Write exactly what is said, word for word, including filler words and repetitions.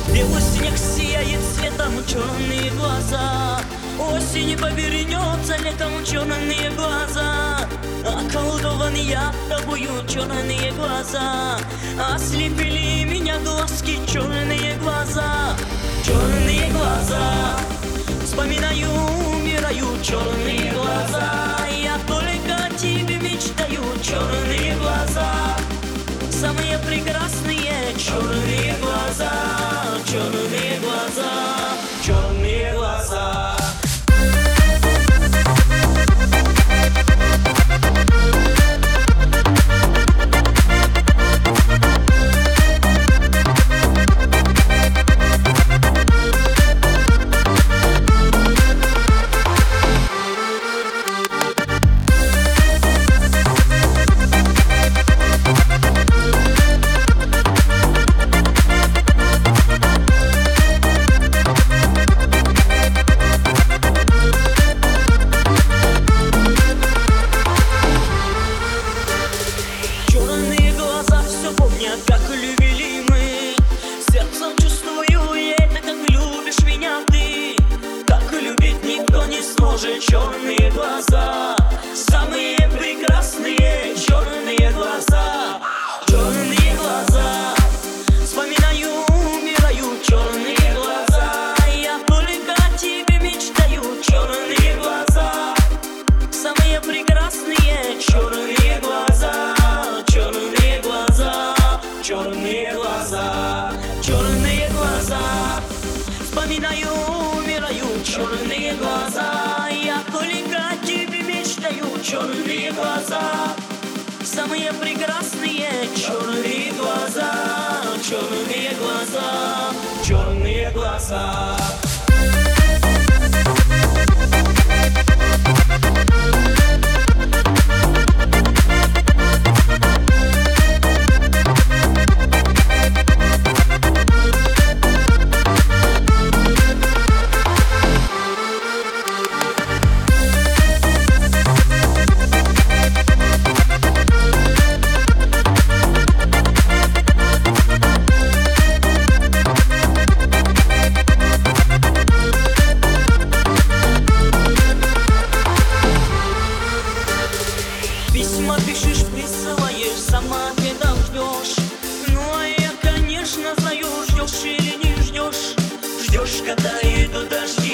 Белый снег сияет цветом, черные глаза. Осень повернется летом, черные глаза. Околдован я тобою, черные глаза. Ослепили меня глазки, черные глаза. Черные глаза, вспоминаю, умираю, черные глаза. Я только о тебе мечтаю, черные глаза. Самые прекрасные черные глаза, черные глаза, черные глаза. Как любили мы, сердцем чувствую я это, как любишь меня ты. Так любить никто не сможет, черные глаза. Самые прекрасные черные глаза. Черные глаза, вспоминаю, умираю, черные глаза. Я только о тебе мечтаю, черные глаза. Самые прекрасные черные глаза. Черные глаза, черные глаза, черные глаза. Вспоминаю, умираю, черные глаза. Я только о тебе мечтаю, черные глаза. Самые прекрасные черные глаза. Черные глаза, черные глаза. Письма пишешь, присылаешь, сама ты там ждешь. Ну а я, конечно, знаю, ждешь или не ждешь. Ждешь, когда идут дожди.